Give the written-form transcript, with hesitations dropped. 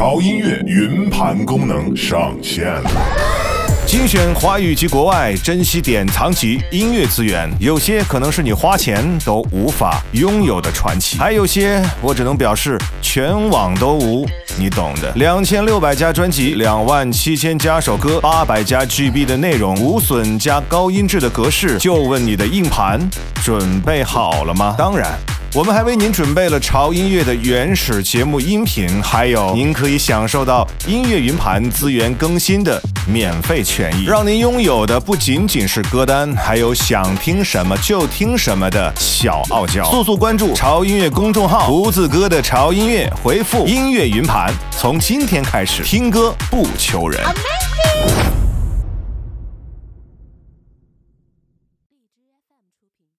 潮音乐云盘功能上线了。 精选华语及国外，珍惜典藏级音乐资源，有些可能是你花钱都无法拥有的传奇，还有些我只能表示全网都无，你懂的。2600加专辑，27000加首歌，800加 GB 的内容，无损加高音质的格式，就问你的硬盘准备好了吗？当然。我们还为您准备了潮音乐的原始节目音频，还有您可以享受到音乐云盘资源更新的免费权益，让您拥有的不仅仅是歌单，还有想听什么就听什么的小傲娇。速速关注潮音乐公众号，胡子哥的潮音乐，回复音乐云盘，从今天开始听歌不求人。Amazing